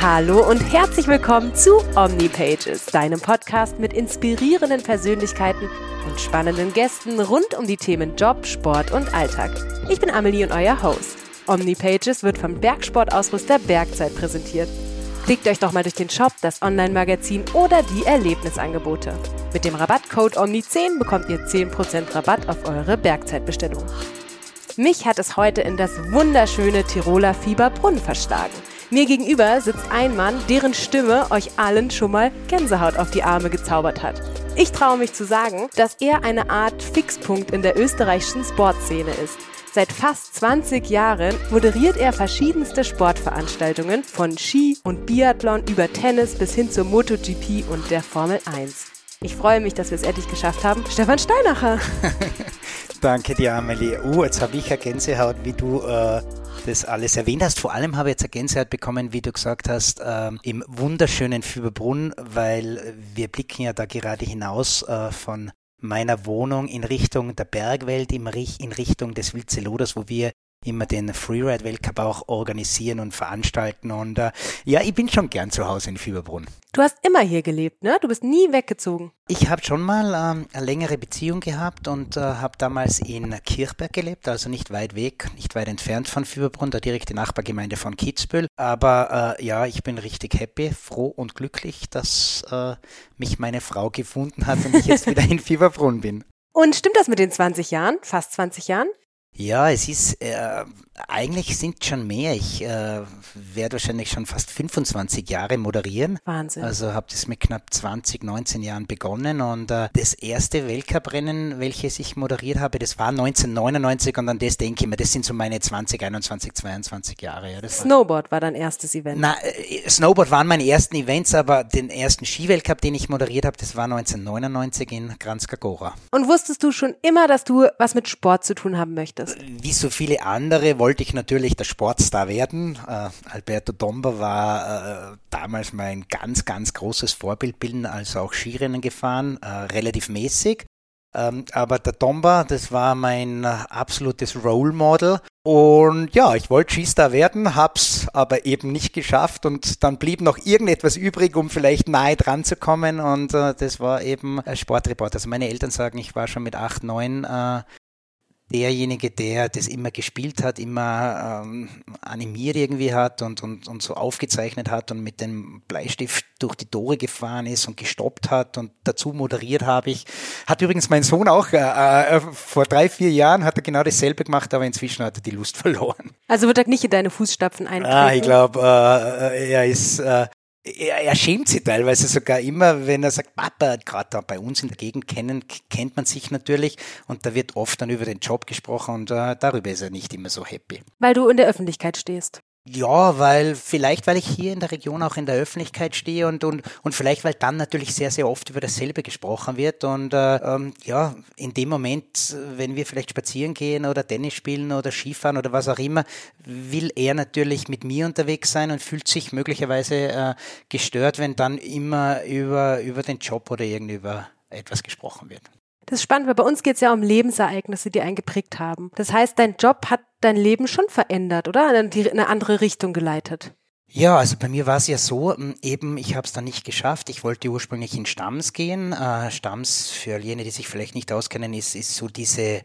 Hallo und herzlich willkommen zu OmniPages, deinem Podcast mit inspirierenden Persönlichkeiten und spannenden Gästen rund um die Themen Job, Sport und Alltag. Ich bin Amelie und euer Host. OmniPages wird vom Bergsportausrüster Bergzeit präsentiert. Klickt euch doch mal durch den Shop, das Online-Magazin oder die Erlebnisangebote. Mit dem Rabattcode OMNI10 bekommt ihr 10% Rabatt auf eure Bergzeitbestellung. Mich hat es heute in das wunderschöne Tiroler Fieberbrunn verschlagen. Mir gegenüber sitzt ein Mann, deren Stimme euch allen schon mal Gänsehaut auf die Arme gezaubert hat. Ich traue mich zu sagen, dass er eine Art Fixpunkt in der österreichischen Sportszene ist. Seit fast 20 Jahren moderiert er verschiedenste Sportveranstaltungen, von Ski und Biathlon über Tennis bis hin zur MotoGP und der Formel 1. Ich freue mich, dass wir es endlich geschafft haben. Stefan Steinacher. Danke dir, Amelie. Jetzt habe ich eine Gänsehaut, wie du das alles erwähnt hast. Vor allem habe ich jetzt eine Gänsehaut bekommen, wie du gesagt hast, im wunderschönen Fieberbrunn, weil wir blicken ja da gerade hinaus von meiner Wohnung in Richtung der Bergwelt, in Richtung des Wildseloders, wo wir immer den Freeride-Weltcup auch organisieren und veranstalten. Und ja, ich bin schon gern zu Hause in Fieberbrunn. Du hast immer hier gelebt, ne? Du bist nie weggezogen. Ich habe schon mal eine längere Beziehung gehabt und habe damals in Kirchberg gelebt, also nicht weit weg, nicht weit entfernt von Fieberbrunn, da direkt die Nachbargemeinde von Kitzbühel. Aber ja, ich bin richtig happy, froh und glücklich, dass mich meine Frau gefunden hat und ich jetzt wieder in Fieberbrunn bin. Und stimmt das mit den 20 Jahren, fast 20 Jahren? Ja, es ist, eigentlich sind schon mehr. Ich werde wahrscheinlich schon fast 25 Jahre moderieren. Wahnsinn. Also habe das mit knapp 19 Jahren begonnen und das erste Weltcuprennen, welches ich moderiert habe, das war 1999 und an das denke ich mir, das sind so meine 20, 21, 22 Jahre. Ja, Snowboard war dein erstes Event? Na, Snowboard waren meine ersten Events, aber den ersten Skiweltcup, den ich moderiert habe, das war 1999 in Kranjska Gora. Und wusstest du schon immer, dass du was mit Sport zu tun haben möchtest? Wie so viele andere wollte ich natürlich der Sportstar werden. Alberto Tomba war damals mein ganz, ganz großes Vorbild, bin also auch Skirennen gefahren, relativ mäßig. Aber der Tomba, das war mein absolutes Role Model. Und ja, ich wollte Skistar werden, hab's aber eben nicht geschafft und dann blieb noch irgendetwas übrig, um vielleicht nahe dran zu kommen und das war eben Sportreporter. Also meine Eltern sagen, ich war schon mit 8, 9 derjenige, der das immer gespielt hat, immer animiert irgendwie hat und so aufgezeichnet hat und mit dem Bleistift durch die Tore gefahren ist und gestoppt hat und dazu moderiert habe ich. Hat übrigens mein Sohn auch vor 3, 4 Jahren hat er genau dasselbe gemacht, aber inzwischen hat er die Lust verloren. Also wird er nicht in deine Fußstapfen eintreten? Ich glaube, er ist... Er schämt sich teilweise sogar immer, wenn er sagt, Papa, gerade bei uns in der Gegend kennt man sich natürlich und da wird oft dann über den Job gesprochen und darüber ist er nicht immer so happy. Weil du in der Öffentlichkeit stehst. Ja, weil ich hier in der Region auch in der Öffentlichkeit stehe und vielleicht, weil dann natürlich sehr, sehr oft über dasselbe gesprochen wird und ja, in dem Moment, wenn wir vielleicht spazieren gehen oder Tennis spielen oder Skifahren oder was auch immer, will er natürlich mit mir unterwegs sein und fühlt sich möglicherweise gestört, wenn dann immer über den Job oder über etwas gesprochen wird. Das ist spannend, weil bei uns geht es ja um Lebensereignisse, die einen geprägt haben. Das heißt, dein Job hat dein Leben schon verändert, oder? In eine andere Richtung geleitet. Ja, also bei mir war es ja so, eben ich habe es dann nicht geschafft. Ich wollte ursprünglich in Stams gehen. Stams, für jene, die sich vielleicht nicht auskennen, ist so diese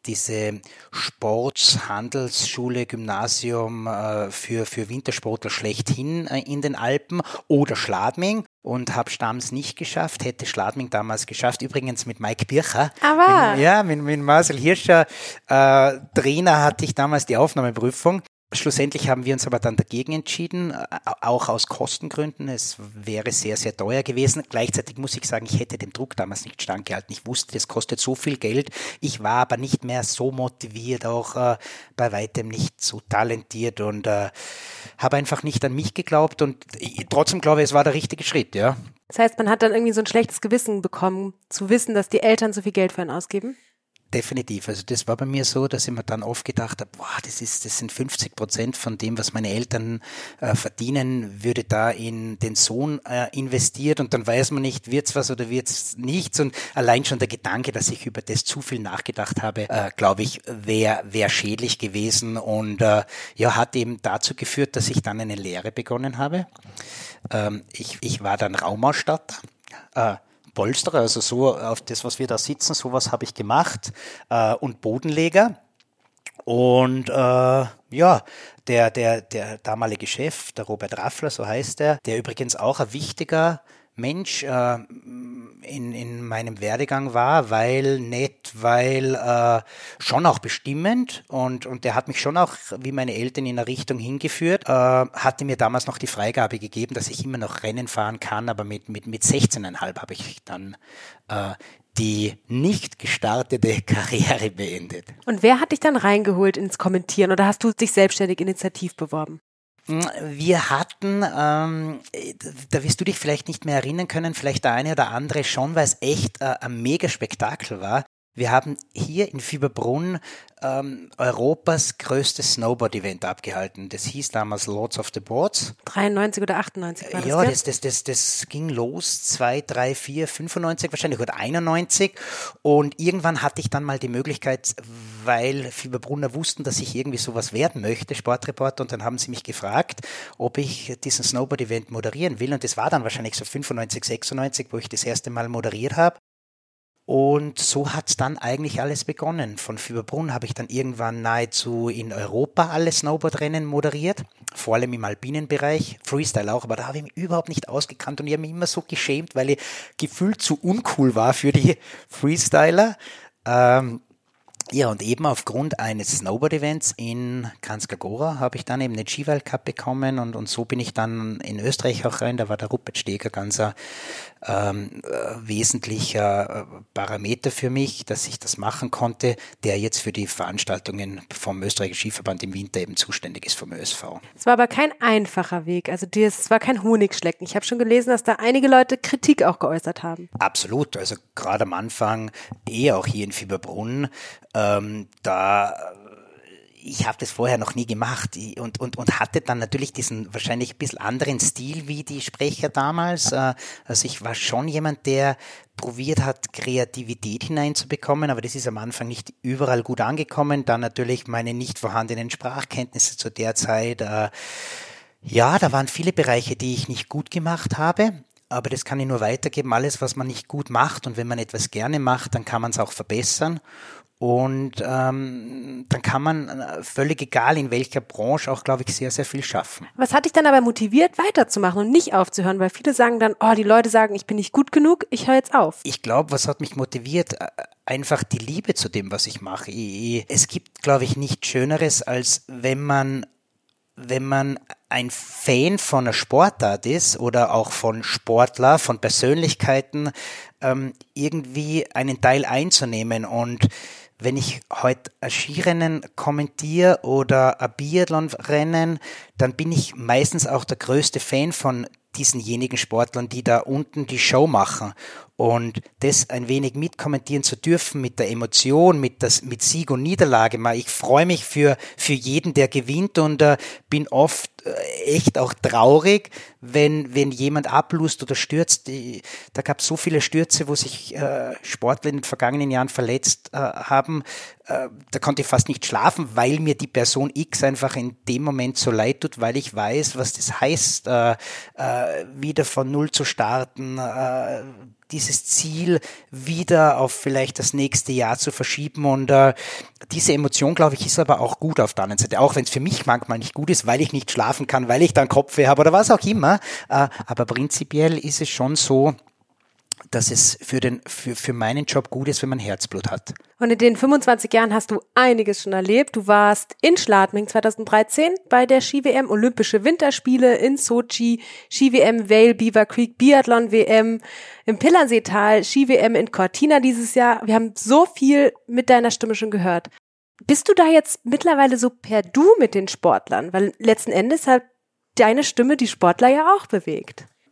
Sports-Handelsschule, Gymnasium für Wintersportler schlechthin in den Alpen oder Schladming. Und habe Stams nicht geschafft, hätte Schladming damals geschafft, übrigens mit Mike Bircher. Aber mit Marcel Hirscher, Trainer hatte ich damals die Aufnahmeprüfung. Schlussendlich haben wir uns aber dann dagegen entschieden, auch aus Kostengründen. Es wäre sehr, sehr teuer gewesen. Gleichzeitig muss ich sagen, ich hätte dem Druck damals nicht standgehalten. Ich wusste, das kostet so viel Geld. Ich war aber nicht mehr so motiviert, auch bei weitem nicht so talentiert und habe einfach nicht an mich geglaubt. Und trotzdem glaube ich, es war der richtige Schritt, ja. Das heißt, man hat dann irgendwie so ein schlechtes Gewissen bekommen, zu wissen, dass die Eltern so viel Geld für einen ausgeben? Definitiv. Also das war bei mir so, dass ich mir dann oft gedacht habe, boah, das sind 50% von dem, was meine Eltern verdienen, würde da in den Sohn investiert und dann weiß man nicht, wird's was oder wird's nichts. Und allein schon der Gedanke, dass ich über das zu viel nachgedacht habe, glaube ich, wäre schädlich gewesen und hat eben dazu geführt, dass ich dann eine Lehre begonnen habe. Ich war dann Raumausstatter. Polsterer, also so auf das, was wir da sitzen, sowas habe ich gemacht und Bodenleger und der damalige Chef, der Robert Raffler, so heißt er, der übrigens auch ein wichtiger Mensch in meinem Werdegang war, weil schon auch bestimmend und der hat mich schon auch, wie meine Eltern, in eine Richtung hingeführt, hatte mir damals noch die Freigabe gegeben, dass ich immer noch Rennen fahren kann, aber mit 16,5 habe ich dann die nicht gestartete Karriere beendet. Und wer hat dich dann reingeholt ins Kommentieren oder hast du dich selbstständig initiativ beworben? Wir hatten, da wirst du dich vielleicht nicht mehr erinnern können, vielleicht der eine oder andere schon, weil es echt ein Mega-Spektakel war. Wir haben hier in Fieberbrunn Europas größtes Snowboard-Event abgehalten. Das hieß damals Lords of the Boards. 93 oder 98 war das, ja, gell? Das ging los 2, 3, 4, 95 wahrscheinlich oder 91 und irgendwann hatte ich dann mal die Möglichkeit, weil Fieberbrunner wussten, dass ich irgendwie sowas werden möchte, Sportreporter, und dann haben sie mich gefragt, ob ich diesen Snowboard-Event moderieren will und das war dann wahrscheinlich so 95, 96, wo ich das erste Mal moderiert habe. Und so hat's dann eigentlich alles begonnen. Von Fieberbrunn habe ich dann irgendwann nahezu in Europa alle Snowboardrennen moderiert, vor allem im alpinen Bereich, Freestyle auch, aber da habe ich mich überhaupt nicht ausgekannt und ich habe mich immer so geschämt, weil ich gefühlt zu uncool war für die Freestyler. Und eben aufgrund eines Snowboard-Events in Kranjska Gora habe ich dann eben den Skiweltcup bekommen und so bin ich dann in Österreich auch rein. Da war der Rupert Steger ganz wesentlicher Parameter für mich, dass ich das machen konnte, der jetzt für die Veranstaltungen vom Österreichischen Skiverband im Winter eben zuständig ist vom ÖSV. Es war aber kein einfacher Weg, also es war kein Honigschlecken. Ich habe schon gelesen, dass da einige Leute Kritik auch geäußert haben. Absolut, also gerade am Anfang, auch hier in Fieberbrunn, ich habe das vorher noch nie gemacht und hatte dann natürlich diesen wahrscheinlich ein bisschen anderen Stil wie die Sprecher damals. Also ich war schon jemand, der probiert hat, Kreativität hineinzubekommen, aber das ist am Anfang nicht überall gut angekommen. Dann natürlich meine nicht vorhandenen Sprachkenntnisse zu der Zeit. Da waren viele Bereiche, die ich nicht gut gemacht habe. Aber das kann ich nur weitergeben. Alles, was man nicht gut macht und wenn man etwas gerne macht, dann kann man es auch verbessern. Und dann kann man völlig egal in welcher Branche auch, glaube ich, sehr, sehr viel schaffen. Was hat dich dann aber motiviert, weiterzumachen und nicht aufzuhören? Weil viele sagen dann, die Leute sagen, ich bin nicht gut genug, ich höre jetzt auf. Ich glaube, was hat mich motiviert? Einfach die Liebe zu dem, was ich mache. Es gibt, glaube ich, nichts Schöneres, als wenn man ein Fan von einer Sportart ist oder auch von Sportler, von Persönlichkeiten, irgendwie einen Teil einzunehmen. Und wenn ich heute ein Skirennen kommentiere oder ein Biathlonrennen, dann bin ich meistens auch der größte Fan von diesenjenigen Sportlern, die da unten die Show machen. Und das ein wenig mitkommentieren zu dürfen mit der Emotion, mit Sieg und Niederlage. Ich freue mich für jeden, der gewinnt und bin oft echt auch traurig, wenn jemand ablust oder stürzt. Da gab es so viele Stürze, wo sich Sportler in den vergangenen Jahren verletzt haben. Da konnte ich fast nicht schlafen, weil mir die Person X einfach in dem Moment so leid tut, weil ich weiß, was das heißt, wieder von Null zu starten, dieses Ziel wieder auf vielleicht das nächste Jahr zu verschieben und diese Emotion, glaube ich, ist aber auch gut auf der anderen Seite, auch wenn es für mich manchmal nicht gut ist, weil ich nicht schlafen kann, weil ich dann Kopfweh habe oder was auch immer, aber prinzipiell ist es schon so, dass es für meinen Job gut ist, wenn man Herzblut hat. Und in den 25 Jahren hast du einiges schon erlebt. Du warst in Schladming 2013 bei der Ski-WM, Olympische Winterspiele in Sochi, Ski-WM Vail, Beaver Creek, Biathlon-WM im Pillernseetal, Ski-WM in Cortina dieses Jahr. Wir haben so viel mit deiner Stimme schon gehört. Bist du da jetzt mittlerweile so per Du mit den Sportlern? Weil letzten Endes hat deine Stimme die Sportler ja auch bewegt.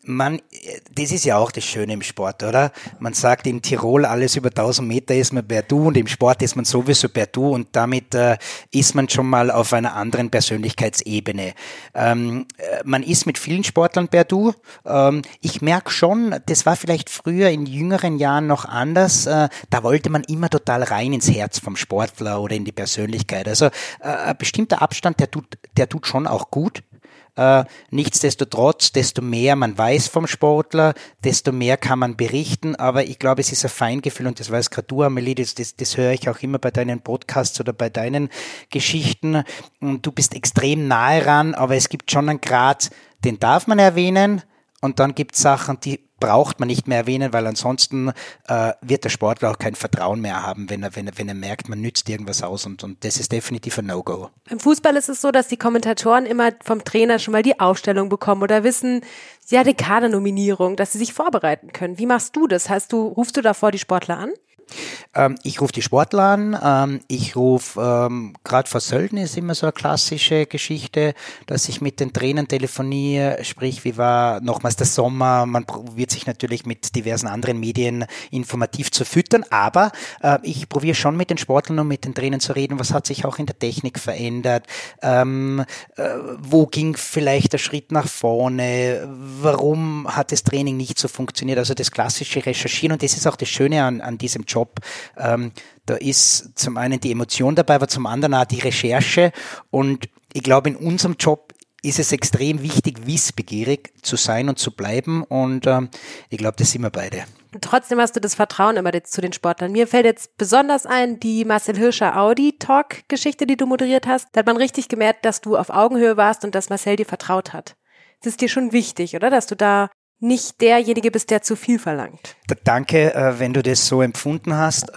Das ist ja auch das Schöne im Sport, oder? Man sagt in Tirol, alles über 1000 Meter ist man per Du und im Sport ist man sowieso per Du und damit ist man schon mal auf einer anderen Persönlichkeitsebene. Man ist mit vielen Sportlern per Du. Ich merke schon, das war vielleicht früher in jüngeren Jahren noch anders. Da wollte man immer total rein ins Herz vom Sportler oder in die Persönlichkeit. Also ein bestimmter Abstand, der tut schon auch gut. Nichtsdestotrotz, desto mehr man weiß vom Sportler, desto mehr kann man berichten, aber ich glaube, es ist ein Feingefühl und das weiß gerade du, Amelie, das höre ich auch immer bei deinen Podcasts oder bei deinen Geschichten und du bist extrem nahe ran, aber es gibt schon einen Grad, den darf man erwähnen und dann gibt es Sachen, die braucht man nicht mehr erwähnen, weil ansonsten wird der Sportler auch kein Vertrauen mehr haben, wenn er merkt, man nützt irgendwas aus und das ist definitiv ein No-Go. Im Fußball ist es so, dass die Kommentatoren immer vom Trainer schon mal die Aufstellung bekommen oder wissen, ja, die Kadernominierung, dass sie sich vorbereiten können. Wie machst du das? Rufst du davor die Sportler an? Ich rufe die Sportler an, ich rufe, gerade vor Sölden ist immer so eine klassische Geschichte, dass ich mit den Trainern telefoniere, sprich, wie war nochmals der Sommer, man probiert sich natürlich mit diversen anderen Medien informativ zu füttern, aber ich probiere schon mit den Sportlern und mit den Trainern zu reden, was hat sich auch in der Technik verändert, wo ging vielleicht der Schritt nach vorne, warum hat das Training nicht so funktioniert, also das klassische Recherchieren und das ist auch das Schöne an diesem Job. Da ist zum einen die Emotion dabei, aber zum anderen auch die Recherche und ich glaube, in unserem Job ist es extrem wichtig, wissbegierig zu sein und zu bleiben und ich glaube, das sind wir beide. Trotzdem hast du das Vertrauen immer zu den Sportlern. Mir fällt jetzt besonders ein, die Marcel Hirscher Audi-Talk-Geschichte, die du moderiert hast. Da hat man richtig gemerkt, dass du auf Augenhöhe warst und dass Marcel dir vertraut hat. Das ist dir schon wichtig, oder? Dass du da nicht derjenige bist, der zu viel verlangt. Danke, wenn du das so empfunden hast.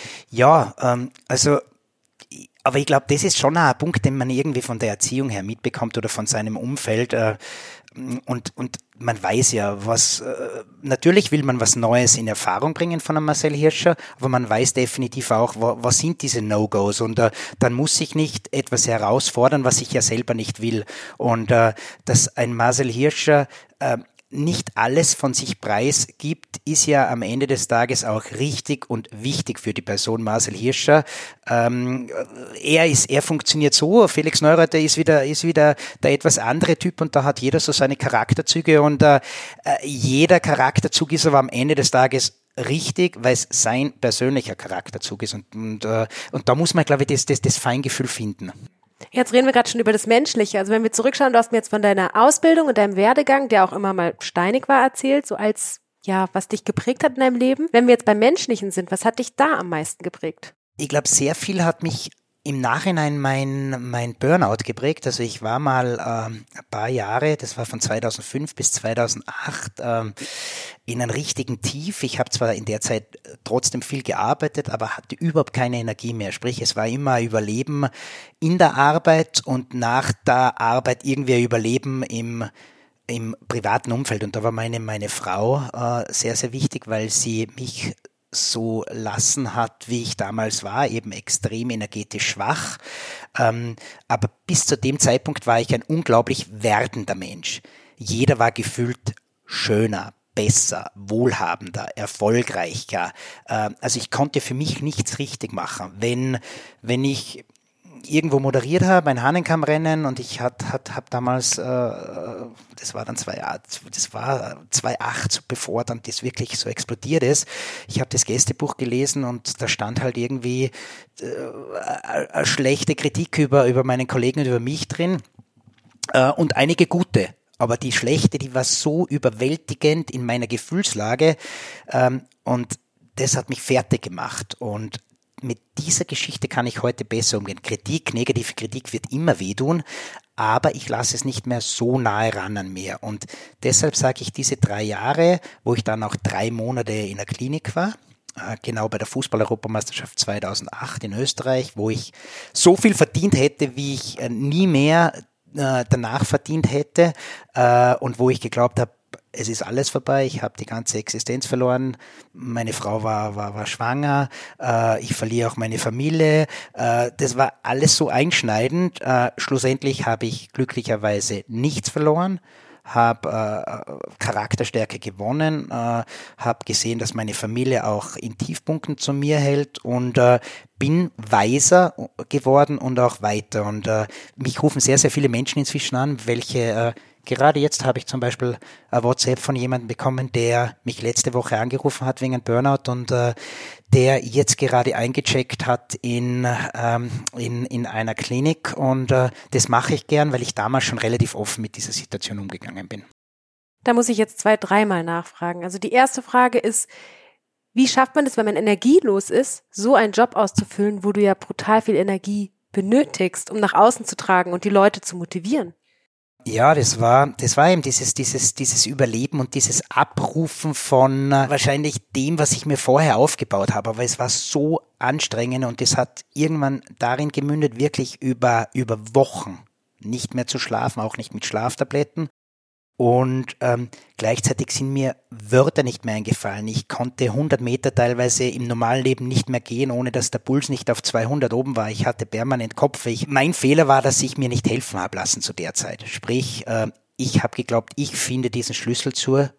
Aber ich glaube, das ist schon auch ein Punkt, den man irgendwie von der Erziehung her mitbekommt oder von seinem Umfeld. Und man weiß ja, natürlich will man was Neues in Erfahrung bringen von einem Marcel Hirscher, aber man weiß definitiv auch, was sind diese No-Gos und dann muss ich nicht etwas herausfordern, was ich ja selber nicht will. Und dass ein Marcel Hirscher nicht alles von sich preisgibt, ist ja am Ende des Tages auch richtig und wichtig für die Person Marcel Hirscher. Er funktioniert so, Felix Neureuter ist wieder der etwas andere Typ und da hat jeder so seine Charakterzüge und jeder Charakterzug ist aber am Ende des Tages richtig, weil es sein persönlicher Charakterzug ist und da muss man, glaube ich, das Feingefühl finden. Jetzt reden wir gerade schon über das Menschliche. Also wenn wir zurückschauen, du hast mir jetzt von deiner Ausbildung und deinem Werdegang, der auch immer mal steinig war, erzählt, so als, ja, was dich geprägt hat in deinem Leben. Wenn wir jetzt beim Menschlichen sind, was hat dich da am meisten geprägt? Ich glaube, sehr viel hat mich im Nachhinein mein Burnout geprägt. Also ich war mal ein paar Jahre, das war von 2005 bis 2008, in einem richtigen Tief. Ich habe zwar in der Zeit trotzdem viel gearbeitet, aber hatte überhaupt keine Energie mehr. Sprich, es war immer Überleben in der Arbeit und nach der Arbeit irgendwie Überleben im privaten Umfeld. Und da war meine Frau sehr, sehr wichtig, weil sie mich so lassen hat, wie ich damals war, eben extrem energetisch schwach. Aber bis zu dem Zeitpunkt war ich ein unglaublich werdender Mensch. Jeder war gefühlt schöner, besser, wohlhabender, erfolgreicher. Also ich konnte für mich nichts richtig machen. Wenn ich irgendwo moderiert habe, ein Hahnenkammrennen und ich hab damals, das war 2008, bevor dann das wirklich so explodiert ist, ich habe das Gästebuch gelesen und da stand halt irgendwie eine schlechte Kritik über meinen Kollegen und über mich drin und einige gute. Aber die schlechte, die war so überwältigend in meiner Gefühlslage und das hat mich fertig gemacht und mit dieser Geschichte kann ich heute besser umgehen. Negative Kritik wird immer wehtun, aber ich lasse es nicht mehr so nahe ran an mir. Und deshalb sage ich, diese 3 Jahre, wo ich dann auch 3 Monate in der Klinik war, genau bei der Fußball-Europameisterschaft 2008 in Österreich, wo ich so viel verdient hätte, wie ich nie mehr danach verdient hätte und wo ich geglaubt habe, es ist alles vorbei, ich habe die ganze Existenz verloren, meine Frau war schwanger, ich verliere auch meine Familie, das war alles so einschneidend. Schlussendlich habe ich glücklicherweise nichts verloren, habe Charakterstärke gewonnen, habe gesehen, dass meine Familie auch in Tiefpunkten zu mir hält und bin weiser geworden und auch weiter. Und mich rufen sehr, sehr viele Menschen inzwischen an, welche gerade jetzt habe ich zum Beispiel ein WhatsApp von jemandem bekommen, der mich letzte Woche angerufen hat wegen einem Burnout und der jetzt gerade eingecheckt hat in einer Klinik und das mache ich gern, weil ich damals schon relativ offen mit dieser Situation umgegangen bin. Da muss ich jetzt 2-, 3-mal nachfragen. Also die erste Frage ist, wie schafft man es, wenn man energielos ist, so einen Job auszufüllen, wo du ja brutal viel Energie benötigst, um nach außen zu tragen und die Leute zu motivieren? Ja, das war eben dieses Überleben und dieses Abrufen von wahrscheinlich dem, was ich mir vorher aufgebaut habe. Aber es war so anstrengend und es hat irgendwann darin gemündet, wirklich über Wochen nicht mehr zu schlafen, auch nicht mit Schlaftabletten. Und gleichzeitig sind mir Wörter nicht mehr eingefallen. Ich konnte 100 Meter teilweise im normalen Leben nicht mehr gehen, ohne dass der Puls nicht auf 200 oben war. Ich hatte permanent Kopfweh. Mein Fehler war, dass ich mir nicht helfen habe lassen zu der Zeit. Sprich, ich habe geglaubt, ich finde diesen Schlüssel zur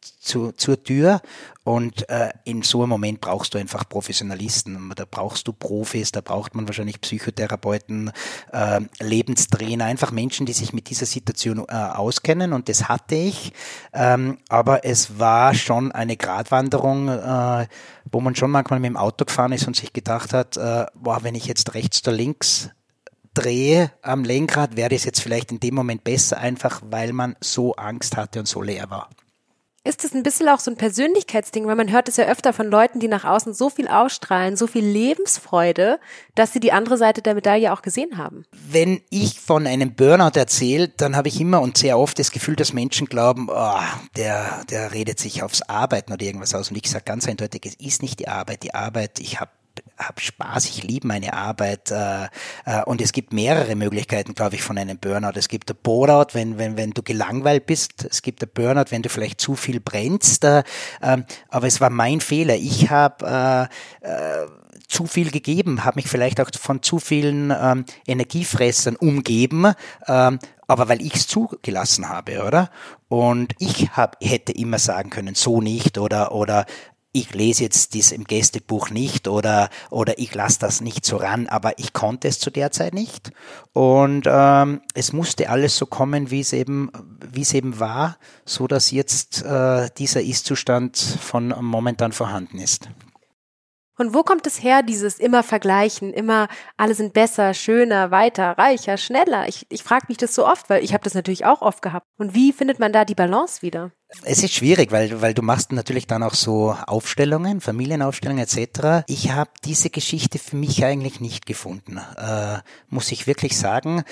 Tür und in so einem Moment brauchst du einfach Professionalisten, da brauchst du Profis, da braucht man wahrscheinlich Psychotherapeuten, Lebenstrainer, einfach Menschen, die sich mit dieser Situation auskennen und das hatte ich, aber es war schon eine Gratwanderung, wo man schon manchmal mit dem Auto gefahren ist und sich gedacht hat, wenn ich jetzt rechts oder links drehe am Lenkrad, wäre das jetzt vielleicht in dem Moment besser, einfach weil man so Angst hatte und so leer war. Ist das ein bisschen auch so ein Persönlichkeitsding, weil man hört es ja öfter von Leuten, die nach außen so viel ausstrahlen, so viel Lebensfreude, dass sie die andere Seite der Medaille auch gesehen haben? Wenn ich von einem Burnout erzähle, dann habe ich immer und sehr oft das Gefühl, dass Menschen glauben, der redet sich aufs Arbeiten oder irgendwas aus. Und ich sage ganz eindeutig, es ist nicht die Arbeit. Ich habe Spaß, ich liebe meine Arbeit und es gibt mehrere Möglichkeiten, glaube ich, von einem Burnout. Es gibt ein Burnout, wenn du gelangweilt bist. Es gibt ein Burnout, wenn du vielleicht zu viel brennst. Aber es war mein Fehler. Ich habe zu viel gegeben, habe mich vielleicht auch von zu vielen Energiefressern umgeben, aber weil ich es zugelassen habe, oder? Und ich hätte immer sagen können, so nicht oder ich lese jetzt dies im Gästebuch nicht oder ich lasse das nicht so ran, aber ich konnte es zu der Zeit nicht und es musste alles so kommen, wie es eben war, so dass jetzt dieser Ist-Zustand von momentan vorhanden ist. Und wo kommt es her, dieses immer Vergleichen, immer alle sind besser, schöner, weiter, reicher, schneller? Ich frage mich das so oft, weil ich habe das natürlich auch oft gehabt. Und wie findet man da die Balance wieder? Es ist schwierig, weil du machst natürlich dann auch so Aufstellungen, Familienaufstellungen etc. Ich habe diese Geschichte für mich eigentlich nicht gefunden, muss ich wirklich sagen.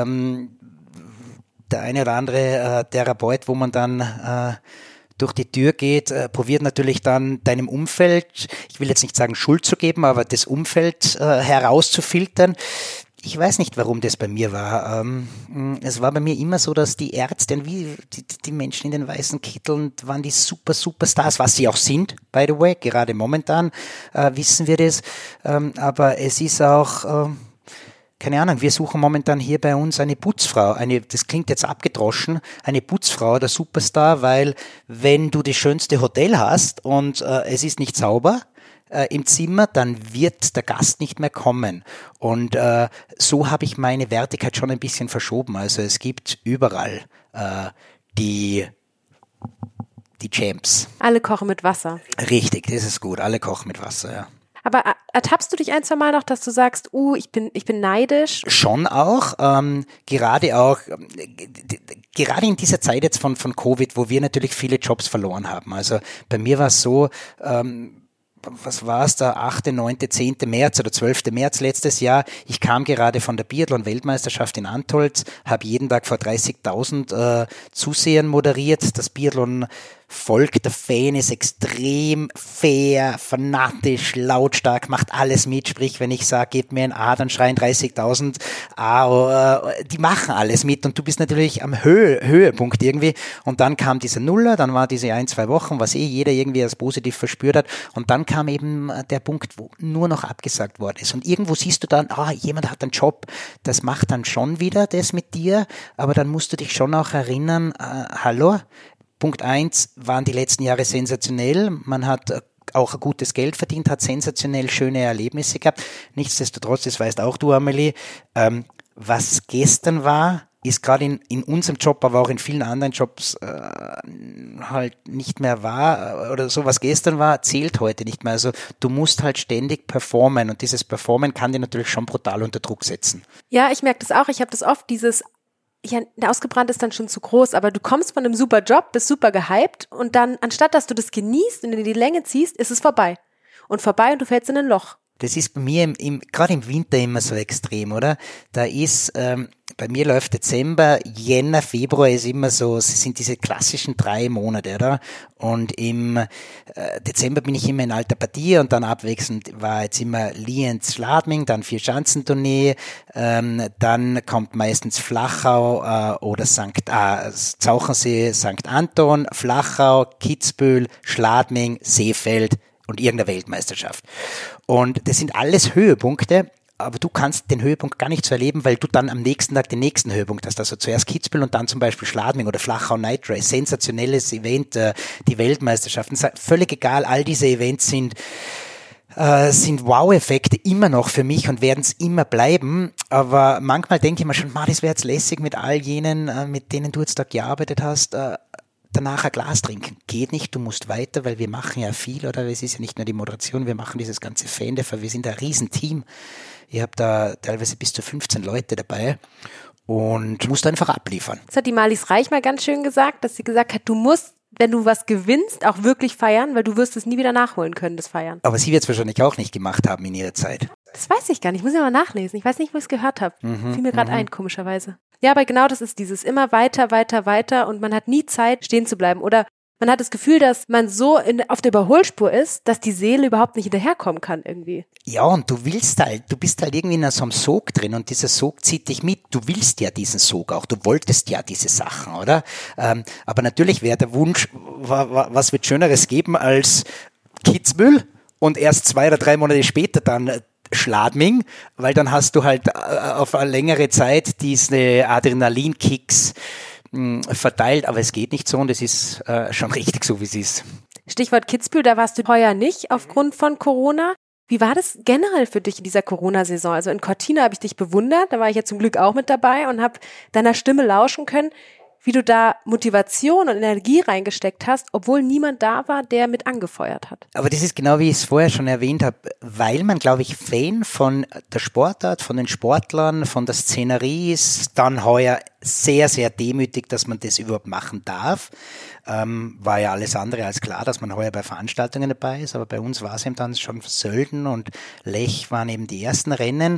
Der eine oder andere Therapeut, wo man dann durch die Tür geht, probiert natürlich dann deinem Umfeld, ich will jetzt nicht sagen Schuld zu geben, aber das Umfeld herauszufiltern. Ich weiß nicht, warum das bei mir war. Es war bei mir immer so, dass die Ärzte, wie die Menschen in den weißen Kitteln, waren die Superstars, was sie auch sind, by the way. Gerade momentan wissen wir das. Aber es ist auch keine Ahnung, wir suchen momentan hier bei uns eine Putzfrau, das klingt jetzt abgedroschen, eine Putzfrau, der Superstar, weil wenn du das schönste Hotel hast und es ist nicht sauber im Zimmer, dann wird der Gast nicht mehr kommen. Und so habe ich meine Wertigkeit schon ein bisschen verschoben. Also es gibt überall die Champs. Alle kochen mit Wasser. Richtig, das ist gut, alle kochen mit Wasser, ja. Aber ertappst du dich ein, zwei Mal noch, dass du sagst, ich bin neidisch? Schon auch, gerade in dieser Zeit jetzt von Covid, wo wir natürlich viele Jobs verloren haben. Also bei mir war es so, was war es, der 8., 9., 10. März oder 12. März letztes Jahr. Ich kam gerade von der Biathlon-Weltmeisterschaft in Antholz, habe jeden Tag vor 30.000 Zusehern moderiert. Das Biathlon Volk der Fan ist extrem fair, fanatisch, lautstark, macht alles mit. Sprich, wenn ich sage, gebt mir ein A, dann schreien 30.000 A. Die machen alles mit und du bist natürlich am Höhepunkt irgendwie. Und dann kam dieser Nuller, dann war diese 1-2 Wochen, was jeder irgendwie als positiv verspürt hat. Und dann kam eben der Punkt, wo nur noch abgesagt worden ist. Und irgendwo siehst du dann, jemand hat einen Job, das macht dann schon wieder das mit dir, aber dann musst du dich schon auch erinnern, hallo, Punkt 1 waren die letzten Jahre sensationell, man hat auch gutes Geld verdient, hat sensationell schöne Erlebnisse gehabt. Nichtsdestotrotz, das weißt auch du, Amelie, was gestern war, ist gerade in unserem Job, aber auch in vielen anderen Jobs halt nicht mehr wahr oder so, was gestern war, zählt heute nicht mehr. Also du musst halt ständig performen und dieses Performen kann dir natürlich schon brutal unter Druck setzen. Ja, ich merke das auch. Ich habe das oft, der ausgebrannt ist dann schon zu groß, aber du kommst von einem super Job, bist super gehypt und dann, anstatt dass du das genießt und in die Länge ziehst, ist es vorbei. Und du fällst in ein Loch. Das ist bei mir gerade im Winter immer so extrem, oder? Da ist, bei mir läuft Dezember, Jänner, Februar ist immer so, es sind diese klassischen 3 Monate, oder? Und im Dezember bin ich immer in alter Partie und dann abwechselnd war jetzt immer Lienz, Schladming, dann Vierschanzentournee, dann kommt meistens Flachau oder Zauchensee, St. Anton, Flachau, Kitzbühel, Schladming, Seefeld und irgendeine Weltmeisterschaft. Und das sind alles Höhepunkte, aber du kannst den Höhepunkt gar nicht so erleben, weil du dann am nächsten Tag den nächsten Höhepunkt hast. Also zuerst Kitzbühel und dann zum Beispiel Schladming oder Flachau Night Race. Sensationelles Event, die Weltmeisterschaften. Völlig egal, all diese Events sind Wow-Effekte immer noch für mich und werden es immer bleiben. Aber manchmal denke ich mir schon, das wäre jetzt lässig mit all jenen, mit denen du jetzt da gearbeitet hast, danach ein Glas trinken. Geht nicht, du musst weiter, weil wir machen ja viel, oder? Es ist ja nicht nur die Moderation, wir machen dieses ganze Fan-Dafür, wir sind ein Riesenteam. Ihr habt da teilweise bis zu 15 Leute dabei und musst einfach abliefern. Das hat die Marlies Reich mal ganz schön gesagt, dass sie gesagt hat, du musst, wenn du was gewinnst, auch wirklich feiern, weil du wirst es nie wieder nachholen können, das Feiern. Aber sie wird es wahrscheinlich auch nicht gemacht haben in ihrer Zeit. Das weiß ich gar nicht, ich muss ja mal nachlesen. Ich weiß nicht, wo ich es gehört habe. Fiel mir gerade ein, komischerweise. Ja, aber genau das ist dieses immer weiter, weiter, weiter und man hat nie Zeit, stehen zu bleiben. Oder man hat das Gefühl, dass man so auf der Überholspur ist, dass die Seele überhaupt nicht hinterherkommen kann irgendwie. Ja, und du bist halt irgendwie in so einem Sog drin und dieser Sog zieht dich mit. Du willst ja diesen Sog auch, du wolltest ja diese Sachen, oder? Aber natürlich wäre der Wunsch, was wird Schöneres geben als Kitzbühel und erst 2 oder 3 Monate später dann Schladming, weil dann hast du halt auf eine längere Zeit diese Adrenalinkicks verteilt, aber es geht nicht so und es ist schon richtig so, wie es ist. Stichwort Kitzbühel, da warst du heuer nicht aufgrund von Corona. Wie war das generell für dich in dieser Corona-Saison? Also in Cortina habe ich dich bewundert, da war ich ja zum Glück auch mit dabei und habe deiner Stimme lauschen können, wie du da Motivation und Energie reingesteckt hast, obwohl niemand da war, der mit angefeuert hat. Aber das ist genau, wie ich es vorher schon erwähnt habe, weil man, glaube ich, Fan von der Sportart, von den Sportlern, von der Szenerie ist, dann heuer sehr, sehr demütig, dass man das überhaupt machen darf. War ja alles andere als klar, dass man heuer bei Veranstaltungen dabei ist, aber bei uns war es eben dann schon Sölden und Lech waren eben die ersten Rennen.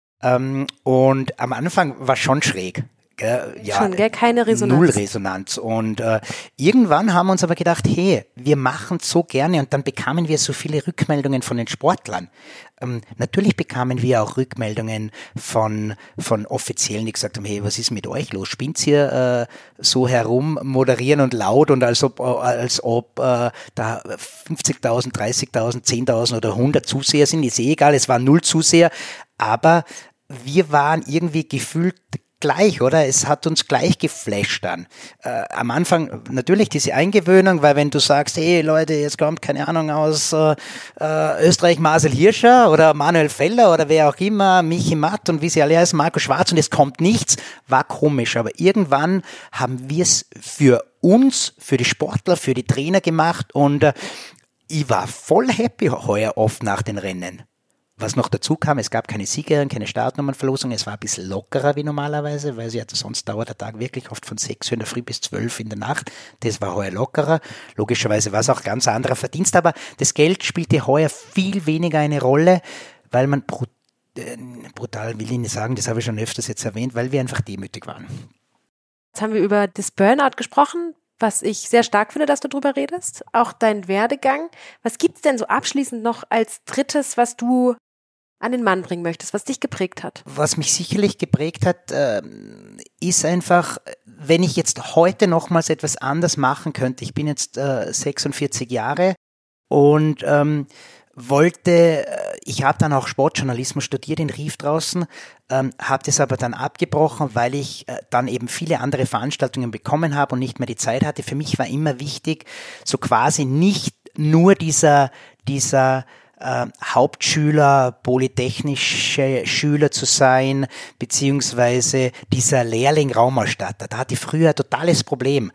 Und am Anfang war schon schräg. Ja, schon, gell? Keine Resonanz. Null Resonanz. Und irgendwann haben wir uns aber gedacht, hey, wir machen so gerne und dann bekamen wir so viele Rückmeldungen von den Sportlern. Natürlich bekamen wir auch Rückmeldungen von Offiziellen, die gesagt haben, hey, was ist mit euch los? Spinnt's hier so herum, moderieren und laut und als ob da 50.000, 30.000, 10.000 oder 100 Zuseher sind, ist egal, es waren 0 Zuseher, aber wir waren irgendwie gefühlt gleich, oder? Es hat uns gleich geflasht dann. Am Anfang natürlich diese Eingewöhnung, weil wenn du sagst, hey Leute, jetzt kommt, keine Ahnung, aus Österreich Marcel Hirscher oder Manuel Feller oder wer auch immer, Michi Matt und wie sie alle heißen, Marco Schwarz und es kommt nichts, war komisch. Aber irgendwann haben wir es für uns, für die Sportler, für die Trainer gemacht und ich war voll happy heuer oft nach den Rennen. Was noch dazu kam, es gab keine Siegerin, keine Startnummernverlosung, es war ein bisschen lockerer wie normalerweise, weil sonst dauert der Tag wirklich oft von 6 Uhr in der Früh bis 12 in der Nacht. Das war heuer lockerer. Logischerweise war es auch ganz anderer Verdienst, aber das Geld spielte heuer viel weniger eine Rolle, weil man brutal will ich nicht sagen, das habe ich schon öfters jetzt erwähnt, weil wir einfach demütig waren. Jetzt haben wir über das Burnout gesprochen, was ich sehr stark finde, dass du drüber redest, auch dein Werdegang. Was gibt's denn so abschließend noch als drittes, was du an den Mann bringen möchtest, was dich geprägt hat? Was mich sicherlich geprägt hat, ist einfach, wenn ich jetzt heute nochmals etwas anders machen könnte. Ich bin jetzt 46 Jahre und ich habe dann auch Sportjournalismus studiert in Rief draußen, habe das aber dann abgebrochen, weil ich dann eben viele andere Veranstaltungen bekommen habe und nicht mehr die Zeit hatte. Für mich war immer wichtig, so quasi nicht nur dieser Hauptschüler, polytechnische Schüler zu sein, beziehungsweise dieser Lehrling Raumausstatter. Da hatte ich früher ein totales Problem.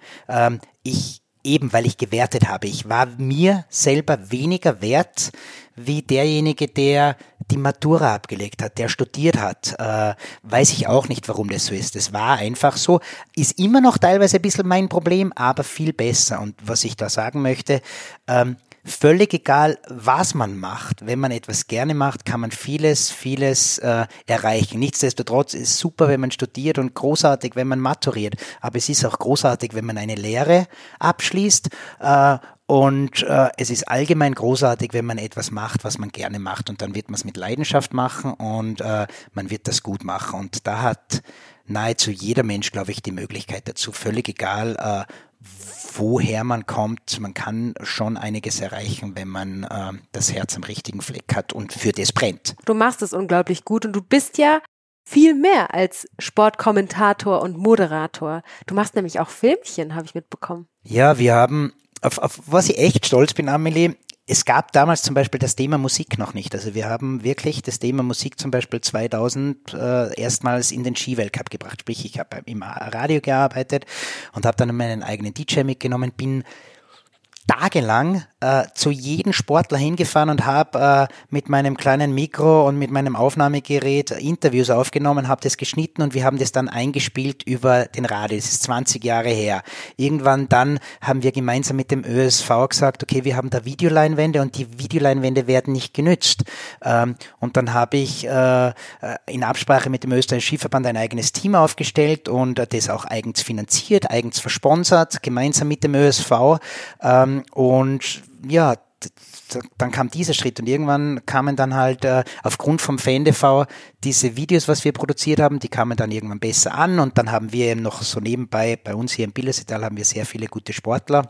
Weil ich gewertet habe. Ich war mir selber weniger wert wie derjenige, der die Matura abgelegt hat, der studiert hat. Weiß ich auch nicht, warum das so ist. Das war einfach so. Ist immer noch teilweise ein bisschen mein Problem, aber viel besser. Und was ich da sagen möchte, völlig egal, was man macht. Wenn man etwas gerne macht, kann man vieles erreichen. Nichtsdestotrotz ist es super, wenn man studiert und großartig, wenn man maturiert. Aber es ist auch großartig, wenn man eine Lehre abschließt. Und es ist allgemein großartig, wenn man etwas macht, was man gerne macht. Und dann wird man es mit Leidenschaft machen und man wird das gut machen. Und da hat nahezu jeder Mensch, glaube ich, die Möglichkeit dazu. Völlig egal, woher man kommt. Man kann schon einiges erreichen, wenn man das Herz am richtigen Fleck hat und für das brennt. Du machst es unglaublich gut und du bist ja viel mehr als Sportkommentator und Moderator. Du machst nämlich auch Filmchen, habe ich mitbekommen. Ja, wir haben, auf was ich echt stolz bin, Amelie, es gab damals zum Beispiel das Thema Musik noch nicht. Also wir haben wirklich das Thema Musik zum Beispiel 2000 erstmals in den Skiweltcup gebracht. Sprich, ich habe im Radio gearbeitet und habe dann meinen eigenen DJ mitgenommen, bin tagelang zu jedem Sportler hingefahren und habe mit meinem kleinen Mikro und mit meinem Aufnahmegerät Interviews aufgenommen, habe das geschnitten und wir haben das dann eingespielt über den Radio. Das ist 20 Jahre her. Irgendwann dann haben wir gemeinsam mit dem ÖSV gesagt, okay, wir haben da Videoleinwände und die Videoleinwände werden nicht genützt. Und dann habe ich in Absprache mit dem österreichischen Skiverband ein eigenes Team aufgestellt und das auch eigens finanziert, eigens versponsert, gemeinsam mit dem ÖSV. Und ja, dann kam dieser Schritt und irgendwann kamen dann halt aufgrund vom VNDV diese Videos, was wir produziert haben, die kamen dann irgendwann besser an und dann haben wir eben noch so nebenbei, bei uns hier im Billerseetal haben wir sehr viele gute Sportler.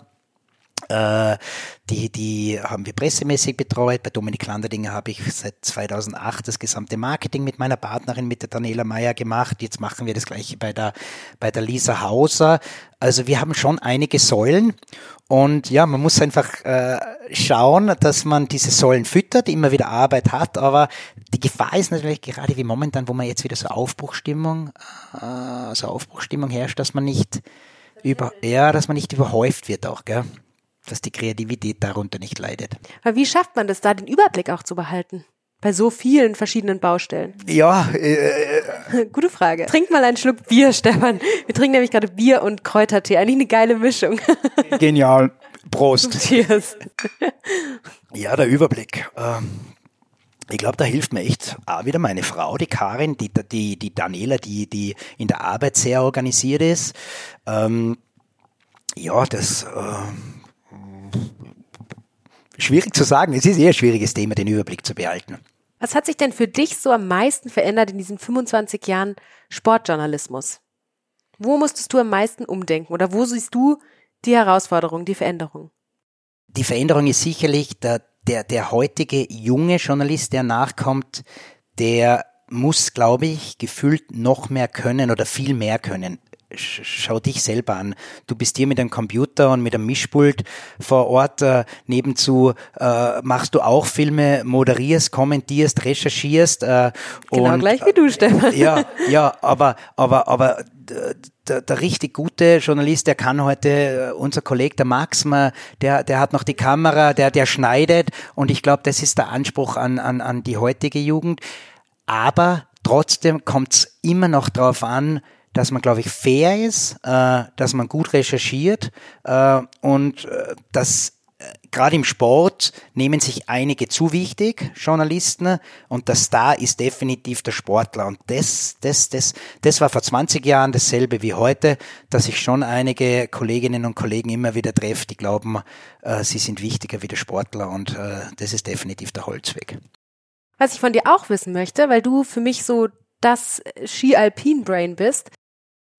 Die haben wir pressemäßig betreut. Bei Dominik Landerdinger habe ich seit 2008 das gesamte Marketing mit meiner Partnerin, mit der Daniela Meyer gemacht. Jetzt machen wir das Gleiche bei der Lisa Hauser. Also wir haben schon einige Säulen und ja, man muss einfach schauen, dass man diese Säulen füttert, immer wieder Arbeit hat, aber die Gefahr ist natürlich gerade wie momentan, wo man jetzt wieder so Aufbruchstimmung herrscht, dass man nicht überhäuft wird auch, gell? Dass die Kreativität darunter nicht leidet. Aber wie schafft man das da, den Überblick auch zu behalten? Bei so vielen verschiedenen Baustellen. Ja. Gute Frage. Trink mal einen Schluck Bier, Stefan. Wir trinken nämlich gerade Bier und Kräutertee. Eigentlich eine geile Mischung. Genial. Prost. Cheers. Ja, der Überblick. Ich glaube, da hilft mir echt wieder meine Frau, die Karin, die Daniela, die in der Arbeit sehr organisiert ist. Schwierig zu sagen. Es ist eher ein schwieriges Thema, den Überblick zu behalten. Was hat sich denn für dich so am meisten verändert in diesen 25 Jahren Sportjournalismus? Wo musstest du am meisten umdenken oder wo siehst du die Herausforderung, die Veränderung? Die Veränderung ist sicherlich der heutige junge Journalist, der nachkommt, der muss, glaube ich, gefühlt noch mehr können oder viel mehr können. Schau dich selber an. Du bist hier mit einem Computer und mit einem Mischpult vor Ort. Nebenzu machst du auch Filme, moderierst, kommentierst, recherchierst. Genau gleich wie du, Stefan. Ja, aber der richtig gute Journalist, der kann heute, unser Kollege, der Max, der hat noch die Kamera, der schneidet. Und ich glaube, das ist der Anspruch an die heutige Jugend. Aber trotzdem kommt es immer noch darauf an, dass man, glaube ich, fair ist, dass man gut recherchiert und dass gerade im Sport nehmen sich einige zu wichtig, Journalisten, und der Star ist definitiv der Sportler. Und das war vor 20 Jahren dasselbe wie heute, dass ich schon einige Kolleginnen und Kollegen immer wieder treffe, die glauben, sie sind wichtiger wie der Sportler und das ist definitiv der Holzweg. Was ich von dir auch wissen möchte, weil du für mich so das Ski-Alpin-Brain bist,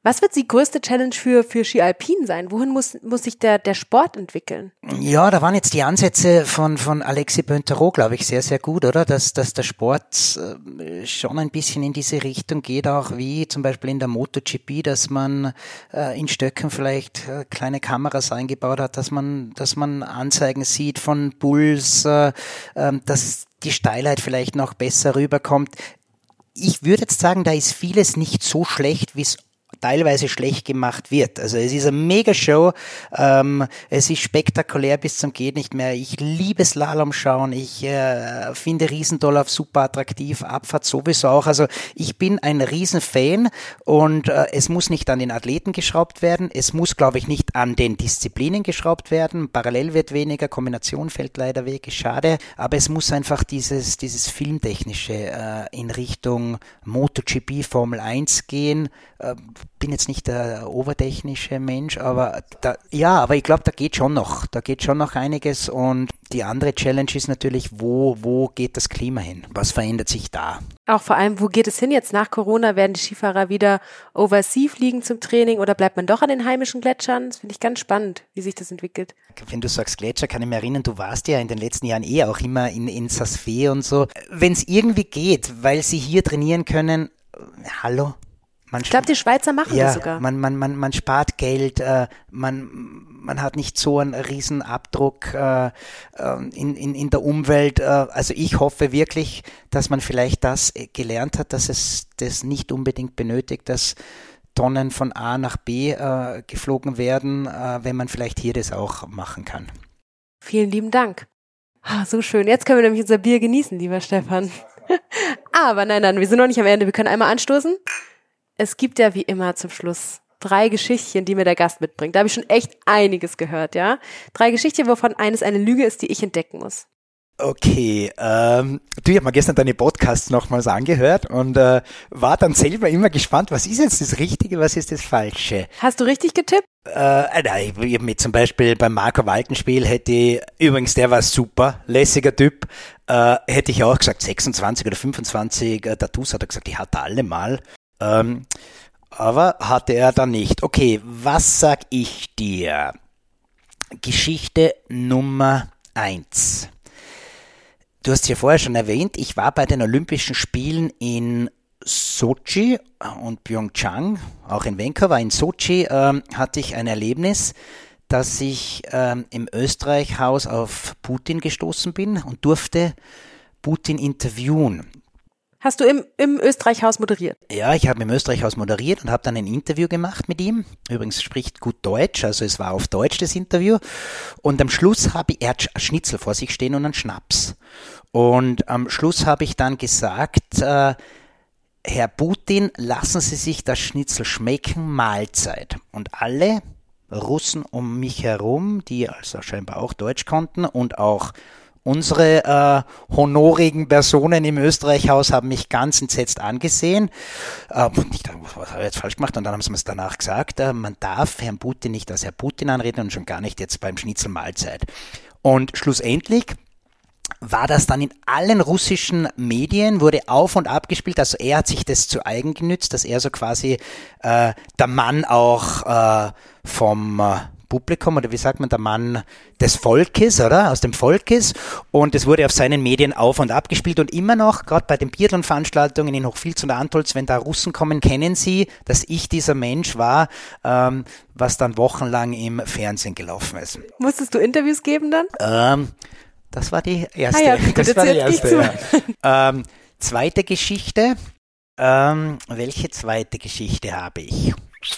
Was wird die größte Challenge für Ski Alpin sein? Wohin muss sich der Sport entwickeln? Ja, da waren jetzt die Ansätze von Alexis Böntereau, glaube ich, sehr, sehr gut, oder? Dass der Sport schon ein bisschen in diese Richtung geht, auch wie zum Beispiel in der MotoGP, dass man in Stöcken vielleicht kleine Kameras eingebaut hat, dass man Anzeigen sieht von Bulls, dass die Steilheit vielleicht noch besser rüberkommt. Ich würde jetzt sagen, da ist vieles nicht so schlecht, wie es teilweise schlecht gemacht wird. Also es ist eine Mega-Show, es ist spektakulär bis zum geht nicht mehr. Ich liebe Slalom schauen, ich finde Riesendollar super attraktiv, Abfahrt sowieso auch. Also ich bin ein Riesenfan und es muss nicht an den Athleten geschraubt werden, es muss, glaube ich, nicht an den Disziplinen geschraubt werden. Parallel wird weniger, Kombination fällt leider weg, ist schade, aber es muss einfach dieses Filmtechnische in Richtung MotoGP, Formel 1 gehen. Bin jetzt nicht der obertechnische Mensch, aber aber ich glaube, da geht schon noch einiges und die andere Challenge ist natürlich, wo geht das Klima hin? Was verändert sich da? Auch vor allem, wo geht es hin jetzt nach Corona? Werden die Skifahrer wieder overseas fliegen zum Training oder bleibt man doch an den heimischen Gletschern? Das finde ich ganz spannend, wie sich das entwickelt. Wenn du sagst Gletscher, kann ich mich erinnern, du warst ja in den letzten Jahren auch immer in Saas-Fee und so. Wenn es irgendwie geht, weil sie hier trainieren können, hallo? Ich glaube, die Schweizer machen das sogar. Man spart Geld, man hat nicht so einen riesen Abdruck in der Umwelt. Also ich hoffe wirklich, dass man vielleicht das gelernt hat, dass es das nicht unbedingt benötigt, dass Tonnen von A nach B geflogen werden, wenn man vielleicht hier das auch machen kann. Vielen lieben Dank. So schön. Jetzt können wir nämlich unser Bier genießen, lieber Stefan. Aber nein, wir sind noch nicht am Ende. Wir können einmal anstoßen. Es gibt ja wie immer zum Schluss 3 Geschichtchen, die mir der Gast mitbringt. Da habe ich schon echt einiges gehört, ja. 3 Geschichtchen, wovon eines eine Lüge ist, die ich entdecken muss. Okay, ich habe mir gestern deine Podcasts nochmals angehört und war dann selber immer gespannt, was ist jetzt das Richtige, was ist das Falsche. Hast du richtig getippt? Nein, ich hab mir zum Beispiel beim Marco Waltenspiel übrigens der war super, lässiger Typ, hätte ich auch gesagt 26 oder 25 Tattoos, hat er gesagt, die hat er alle mal. Aber hatte er dann nicht. Okay, was sag ich dir? Geschichte Nummer 1. Du hast es ja vorher schon erwähnt, ich war bei den Olympischen Spielen in Sochi und Pyeongchang, auch in Vancouver. In Sochi hatte ich ein Erlebnis, dass ich im Österreich-Haus auf Putin gestoßen bin und durfte Putin interviewen. Hast du im Österreich-Haus moderiert? Ja, ich habe im Österreich-Haus moderiert und habe dann ein Interview gemacht mit ihm. Übrigens spricht gut Deutsch, also es war auf Deutsch das Interview. Und am Schluss er hat Schnitzel vor sich stehen und einen Schnaps. Und am Schluss habe ich dann gesagt, Herr Putin, lassen Sie sich das Schnitzel schmecken, Mahlzeit. Und alle Russen um mich herum, die also scheinbar auch Deutsch konnten und auch unsere honorigen Personen im Österreich-Haus haben mich ganz entsetzt angesehen. Und ich dachte, was habe ich jetzt falsch gemacht? Und dann haben sie mir es danach gesagt, man darf Herrn Putin nicht als Herr Putin anreden und schon gar nicht jetzt beim Schnitzel Mahlzeit. Und schlussendlich war das dann in allen russischen Medien, wurde auf und ab gespielt, also er hat sich das zu eigen genützt, dass er so quasi der Mann auch vom Publikum, oder wie sagt man, der Mann des Volkes, oder? Aus dem Volkes. Und es wurde auf seinen Medien auf und ab gespielt und immer noch, gerade bei den Biathlon-Veranstaltungen in Hochfilz und Antolz, wenn da Russen kommen, kennen sie, dass ich dieser Mensch war, was dann wochenlang im Fernsehen gelaufen ist. Musstest du Interviews geben dann? Das war die erste. Ja, das war die erste. Ja. Zweite Geschichte. Welche zweite Geschichte habe ich?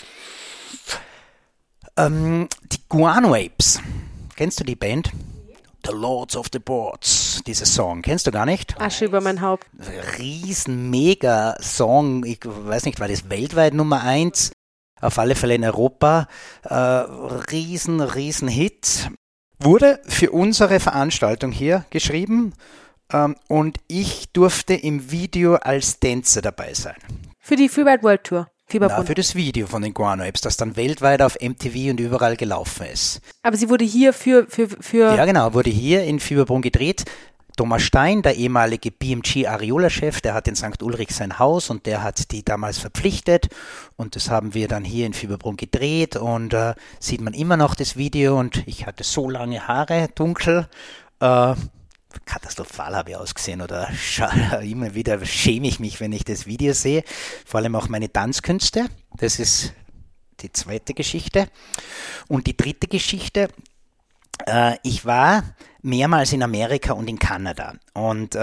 Die Guano Apes. Kennst du die Band? The Lords of the Boards. Dieser Song. Kennst du gar nicht? Asche über mein Haupt. Riesen, mega Song. Ich weiß nicht, war das weltweit Nummer 1? Auf alle Fälle in Europa. Riesen Hit. Wurde für unsere Veranstaltung hier geschrieben und ich durfte im Video als Tänzer dabei sein. Für die Freeride World Tour? Na, für das Video von den Guano Apes, das dann weltweit auf MTV und überall gelaufen ist. Aber sie wurde hier für... Ja genau, wurde hier in Fieberbrunn gedreht. Thomas Stein, der ehemalige BMG Ariola-Chef, der hat in St. Ulrich sein Haus und der hat die damals verpflichtet und das haben wir dann hier in Fieberbrunn gedreht und sieht man immer noch das Video und ich hatte so lange Haare, dunkel, katastrophal habe ich ausgesehen oder immer wieder schäme ich mich, wenn ich das Video sehe, vor allem auch meine Tanzkünste, das ist die zweite Geschichte und die dritte Geschichte, ich war mehrmals in Amerika und in Kanada und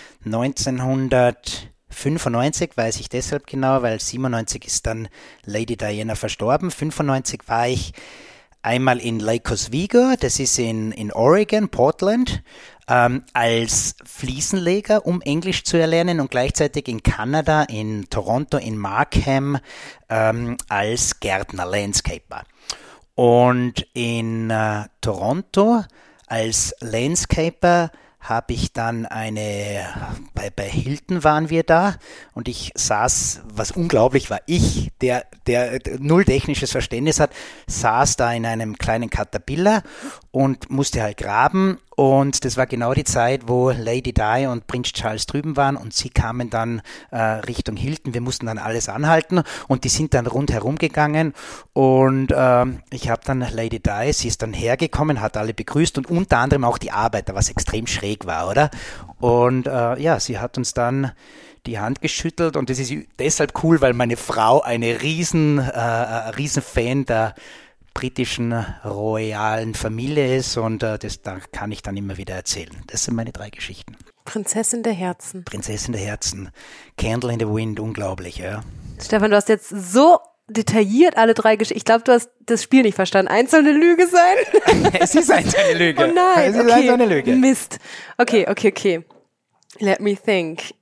1995 weiß ich deshalb genau, weil 97 ist dann Lady Diana verstorben. 95 war ich einmal in Lake Oswego, das ist in Oregon, Portland, als Fliesenleger, um Englisch zu erlernen und gleichzeitig in Kanada, in Toronto, in Markham als Gärtner, Landscaper. Und in Toronto als Landscaper habe ich dann bei Hilton waren wir da und ich saß, was unglaublich war, der null technisches Verständnis hat, saß da in einem kleinen Caterpillar und musste halt graben und das war genau die Zeit, wo Lady Di und Prinz Charles drüben waren und sie kamen dann Richtung Hilton, wir mussten dann alles anhalten und die sind dann rundherum gegangen und ich habe dann Lady Di, sie ist dann hergekommen, hat alle begrüßt und unter anderem auch die Arbeiter, was extrem schräg war, oder? Und sie hat uns dann die Hand geschüttelt und das ist deshalb cool, weil meine Frau eine riesen Fan der britischen royalen Familie ist und da kann ich dann immer wieder erzählen. Das sind meine 3 Geschichten. Prinzessin der Herzen. Prinzessin der Herzen. Candle in the Wind, unglaublich, ja. Stefan, du hast jetzt so detailliert alle 3 Geschichten. Ich glaube, du hast das Spiel nicht verstanden. Eins soll eine Lüge sein? Es ist eins eine Lüge. Oh nein, es ist eins eine Lüge. Mist. Okay. Let me think.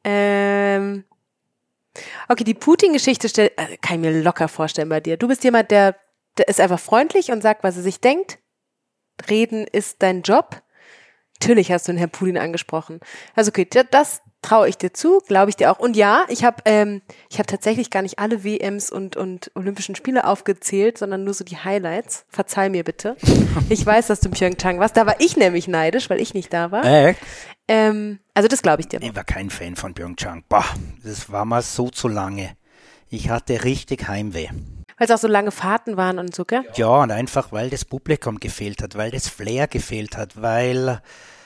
Okay, die Putin-Geschichte kann ich mir locker vorstellen bei dir. Du bist jemand, der ist einfach freundlich und sagt, was er sich denkt. Reden ist dein Job. Natürlich hast du den Herrn Putin angesprochen. Also okay, das traue ich dir zu, glaube ich dir auch. Und ja, ich hab tatsächlich gar nicht alle WMs und Olympischen Spiele aufgezählt, sondern nur so die Highlights. Verzeih mir bitte. Ich weiß, dass du in Pyeongchang warst. Da war ich nämlich neidisch, weil ich nicht da war. Also das glaube ich dir. Ich war kein Fan von Pyeongchang. Boah, das war mal so zu lange. Ich hatte richtig Heimweh. Weil es auch so lange Fahrten waren und so, gell? Ja, und einfach, weil das Publikum gefehlt hat, weil das Flair gefehlt hat, weil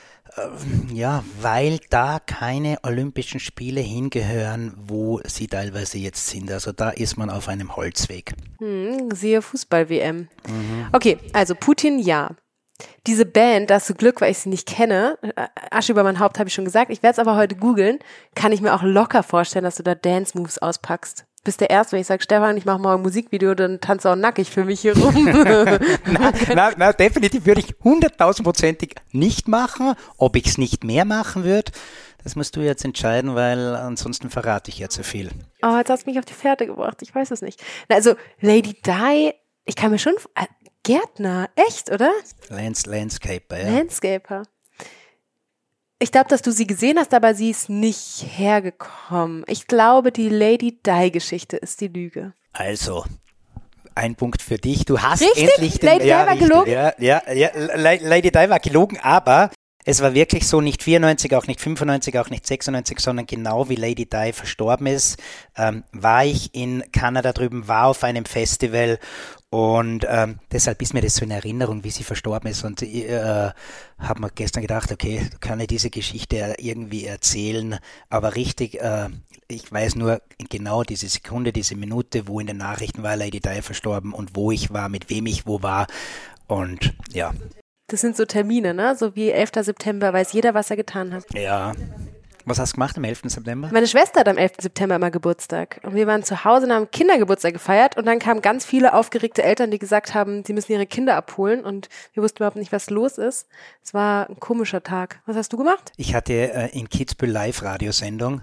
da keine Olympischen Spiele hingehören, wo sie teilweise jetzt sind. Also da ist man auf einem Holzweg. Siehe Fußball-WM. Okay, also Putin, ja. Diese Band, da hast du Glück, weil ich sie nicht kenne. Asche über mein Haupt habe ich schon gesagt. Ich werde es aber heute googeln. Kann ich mir auch locker vorstellen, dass du da Dance-Moves auspackst. Bist der Erste, wenn ich sage, Stefan, ich mache mal ein Musikvideo, dann tanze auch nackig für mich hier rum. na, definitiv würde ich 100.000%ig nicht machen. Ob ich es nicht mehr machen würde, das musst du jetzt entscheiden, weil ansonsten verrate ich ja zu viel. Oh, jetzt hast du mich auf die Fährte gebracht. Ich weiß es nicht. Also Lady Di, ich kann mir schon... Gärtner, echt, oder? Landscaper, ja. Landscaper. Ich glaube, dass du sie gesehen hast, aber sie ist nicht hergekommen. Ich glaube, die Lady Di-Geschichte ist die Lüge. Also, ein Punkt für dich. Du hast richtig? Endlich den... Lady Di war gelogen? Ja, Lady Di war gelogen, aber es war wirklich so, nicht 94, auch nicht 95, auch nicht 96, sondern genau wie Lady Di verstorben ist, war ich in Kanada drüben, war auf einem Festival und deshalb ist mir das so in Erinnerung, wie sie verstorben ist und ich habe mir gestern gedacht, okay, kann ich diese Geschichte irgendwie erzählen, aber richtig, ich weiß nur genau diese Sekunde, diese Minute, wo in den Nachrichten war Lady Di verstorben und wo ich war, mit wem ich wo war und ja. Das sind so Termine, ne? So wie 11. September, weiß jeder, was er getan hat. Ja. Was hast du gemacht am 11. September? Meine Schwester hat am 11. September immer Geburtstag. Und wir waren zu Hause und haben Kindergeburtstag gefeiert. Und dann kamen ganz viele aufgeregte Eltern, die gesagt haben, sie müssen ihre Kinder abholen. Und wir wussten überhaupt nicht, was los ist. Es war ein komischer Tag. Was hast du gemacht? Ich hatte in Kitzbühel Live-Radiosendung.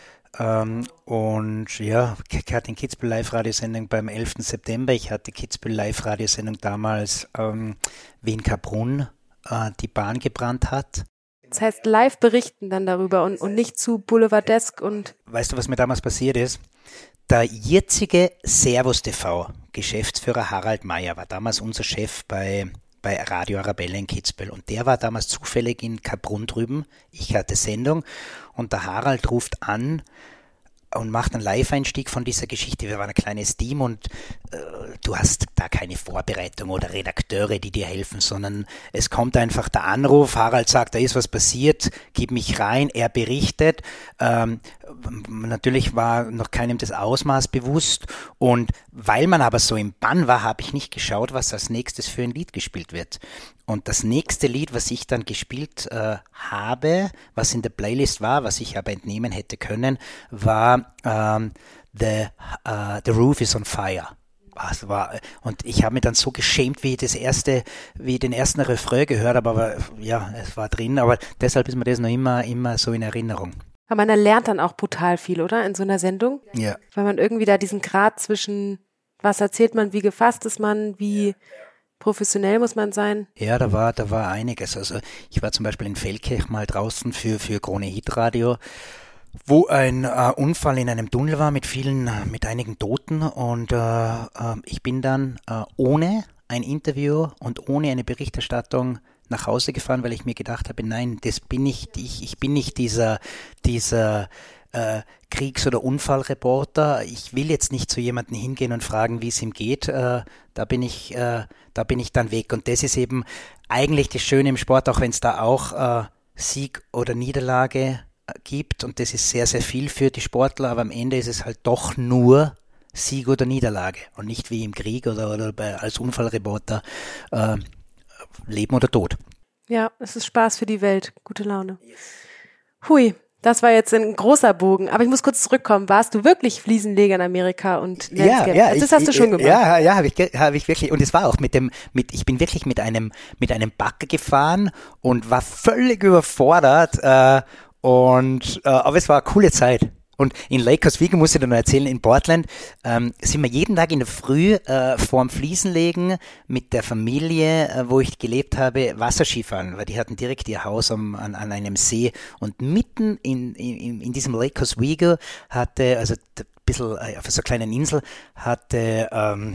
Und ja, ich hatte in Kitzbühel Live-Radiosendung beim 11. September. Ich hatte Kitzbühel Live-Radiosendung damals, wie in Kaprun die Bahn gebrannt hat. Das heißt, live berichten dann darüber und nicht zu Boulevardesk und... Weißt du, was mir damals passiert ist? Der jetzige Servus TV Geschäftsführer Harald Mayer war damals unser Chef bei bei Radio Arabella in Kitzbühel. Und der war damals zufällig in Kaprun drüben. Ich hatte Sendung und der Harald ruft an und macht einen Live-Einstieg von dieser Geschichte. Wir waren ein kleines Team und du hast da keine Vorbereitung oder Redakteure, die dir helfen, sondern es kommt einfach der Anruf, Harald sagt, da ist was passiert, gib mich rein, er berichtet. Natürlich war noch keinem das Ausmaß bewusst und weil man aber so im Bann war, habe ich nicht geschaut, was als nächstes für ein Lied gespielt wird. Und das nächste Lied, was ich dann gespielt habe, was in der Playlist war, was ich aber entnehmen hätte können, war The Roof is on Fire. Und ich habe mich dann so geschämt, wie ich den ersten Refrain gehört habe, aber ja, es war drin, aber deshalb ist mir das noch immer so in Erinnerung. Aber man lernt dann auch brutal viel, oder? In so einer Sendung? Ja. Weil man irgendwie da diesen Grad zwischen, was erzählt man, wie gefasst ist man, wie professionell muss man sein? Ja, da war einiges. Also ich war zum Beispiel in Feldkirch mal draußen für Krone Hit Radio, wo ein Unfall in einem Tunnel war mit einigen Toten und ich bin dann ohne ein Interview und ohne eine Berichterstattung nach Hause gefahren, weil ich mir gedacht habe, nein, das bin nicht ich bin nicht dieser Kriegs- oder Unfallreporter. Ich will jetzt nicht zu jemandem hingehen und fragen, wie es ihm geht. Da bin ich dann weg. Und das ist eben eigentlich das Schöne im Sport, auch wenn es da auch Sieg oder Niederlage gibt. Und das ist sehr, sehr viel für die Sportler. Aber am Ende ist es halt doch nur Sieg oder Niederlage. Und nicht wie im Krieg oder als Unfallreporter Leben oder Tod. Ja, es ist Spaß für die Welt. Gute Laune. Hui. Das war jetzt ein großer Bogen, aber ich muss kurz zurückkommen. Warst du wirklich Fliesenleger in Amerika und Landscape? Ja, das hast du schon gemacht. Ja, habe ich wirklich. Und es war auch ich bin wirklich mit einem Bagger gefahren und war völlig überfordert. Aber es war eine coole Zeit. Und in Lake Oswego, muss ich dir noch erzählen, in Portland sind wir jeden Tag in der Früh vorm Fliesenlegen mit der Familie, wo ich gelebt habe, Wasserskifahren, weil die hatten direkt ihr Haus an einem See. Und mitten in diesem Lake Oswego hatte, also ein bisschen auf so einer kleinen Insel, hatte,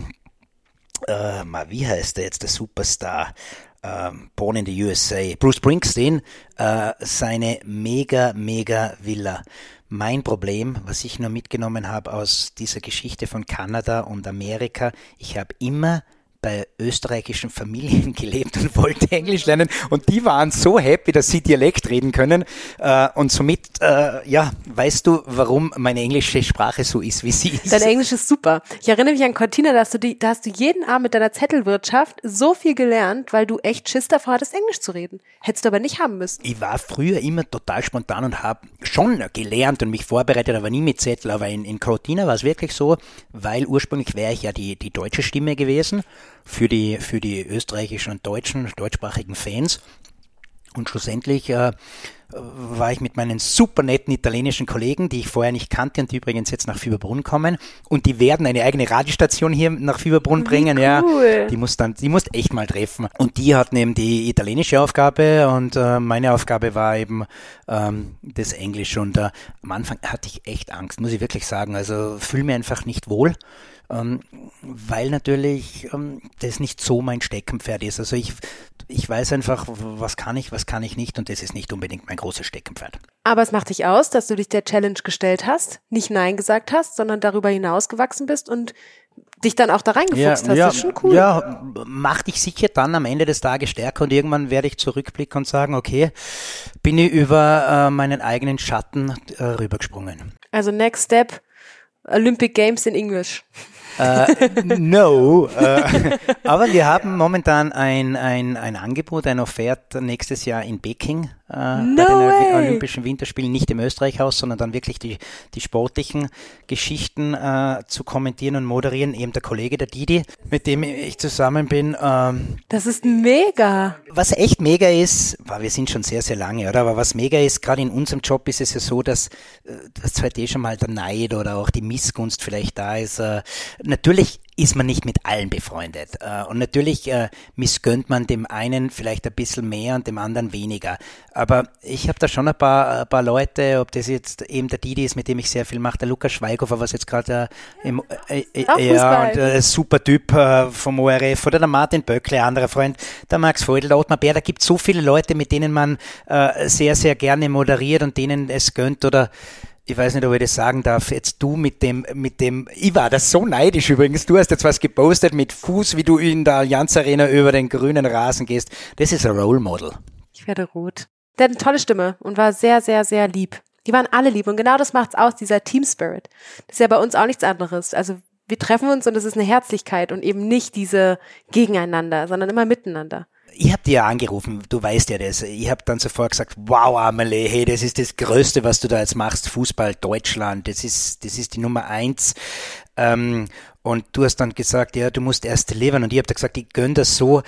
wie heißt der jetzt, der Superstar? Born in the USA, Bruce Springsteen, seine mega Villa. Mein Problem, was ich nur mitgenommen habe aus dieser Geschichte von Kanada und Amerika, ich habe immer bei österreichischen Familien gelebt und wollte Englisch lernen und die waren so happy, dass sie Dialekt reden können und somit, weißt du, warum meine englische Sprache so ist, wie sie ist. Dein Englisch ist super. Ich erinnere mich an Cortina, da hast du jeden Abend mit deiner Zettelwirtschaft so viel gelernt, weil du echt Schiss davor hattest, Englisch zu reden. Hättest du aber nicht haben müssen. Ich war früher immer total spontan und habe schon gelernt und mich vorbereitet, aber nie mit Zettel. Aber in Cortina war es wirklich so, weil ursprünglich wäre ich ja die deutsche Stimme gewesen für die österreichischen und deutschsprachigen Fans. Und schlussendlich war ich mit meinen super netten italienischen Kollegen, die ich vorher nicht kannte und die übrigens jetzt nach Fieberbrunn kommen. Und die werden eine eigene Radiostation hier nach Fieberbrunn bringen. Cool. Ja, die musst echt mal treffen. Und die hatten eben die italienische Aufgabe und meine Aufgabe war eben das Englisch. Und am Anfang hatte ich echt Angst, muss ich wirklich sagen. Also fühle mir einfach nicht wohl. Weil natürlich das nicht so mein Steckenpferd ist. Also ich weiß einfach, was kann ich nicht und das ist nicht unbedingt mein großes Steckenpferd. Aber es macht dich aus, dass du dich der Challenge gestellt hast, nicht Nein gesagt hast, sondern darüber hinausgewachsen bist und dich dann auch da reingefuchst hast. Das ist schon cool. Ja, macht dich sicher dann am Ende des Tages stärker und irgendwann werde ich zurückblicken und sagen, okay, bin ich über meinen eigenen Schatten rübergesprungen. Also next step, Olympic Games in English. No, aber wir haben momentan ein Angebot, ein Offert nächstes Jahr in Peking bei den Olympischen Winterspielen, nicht im Österreichhaus, sondern dann wirklich die sportlichen Geschichten zu kommentieren und moderieren. Eben der Kollege, der Didi, mit dem ich zusammen bin. Das ist mega. Was echt mega ist, wir sind schon sehr, sehr lange, oder? Aber was mega ist, gerade in unserem Job ist es ja so, dass das heute schon mal der Neid oder auch die Missgunst vielleicht da ist. Natürlich ist man nicht mit allen befreundet. Und natürlich missgönnt man dem einen vielleicht ein bisschen mehr und dem anderen weniger. Aber ich habe da schon ein paar Leute, ob das jetzt eben der Didi ist, mit dem ich sehr viel mache, der Lukas Schweighofer, was jetzt gerade super Typ vom ORF, oder der Martin Böckle, anderer Freund, der Max Feudel, der Ottmar Bär, da gibt es so viele Leute, mit denen man sehr, sehr gerne moderiert und denen es gönnt, oder ich weiß nicht, ob ich das sagen darf, jetzt du mit dem, ich war das so neidisch übrigens, du hast jetzt was gepostet mit Fuß, wie du in der Allianz Arena über den grünen Rasen gehst. Das ist ein Role Model. Ich werde rot. Der hat eine tolle Stimme und war sehr, sehr, sehr lieb. Die waren alle lieb und genau das macht's aus, dieser Team Spirit. Das ist ja bei uns auch nichts anderes. Also wir treffen uns und es ist eine Herzlichkeit und eben nicht diese Gegeneinander, sondern immer miteinander. Ich habe dir ja angerufen, du weißt ja das. Ich habe dann sofort gesagt, wow Amelie, hey, das ist das Größte, was du da jetzt machst, Fußball Deutschland, das ist die Nummer 1. Und du hast dann gesagt, ja, du musst erst delivern. Und ich habe da gesagt, ich gönne das so.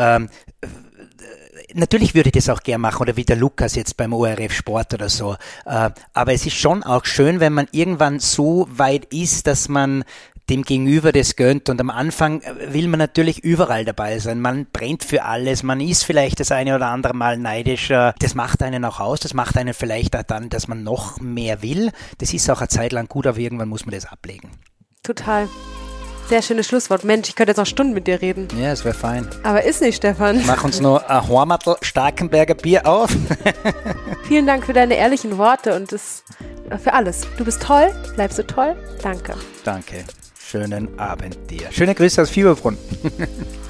Natürlich würde ich das auch gern machen, oder wie der Lukas jetzt beim ORF Sport oder so. Aber es ist schon auch schön, wenn man irgendwann so weit ist, dass man dem Gegenüber das gönnt, und am Anfang will man natürlich überall dabei sein. Man brennt für alles, man ist vielleicht das eine oder andere Mal neidisch. Das macht einen auch aus, das macht einen vielleicht auch dann, dass man noch mehr will. Das ist auch eine Zeit lang gut, aber irgendwann muss man das ablegen. Total. Sehr schönes Schlusswort. Mensch, ich könnte jetzt noch Stunden mit dir reden. Ja, es wäre fein. Aber ist nicht, Stefan. Mach uns noch ein Hormatl Starkenberger Bier auf. Vielen Dank für deine ehrlichen Worte und für alles. Du bist toll, bleibst so toll. Danke. Danke. Schönen Abend dir. Schöne Grüße aus Fieberbrunn.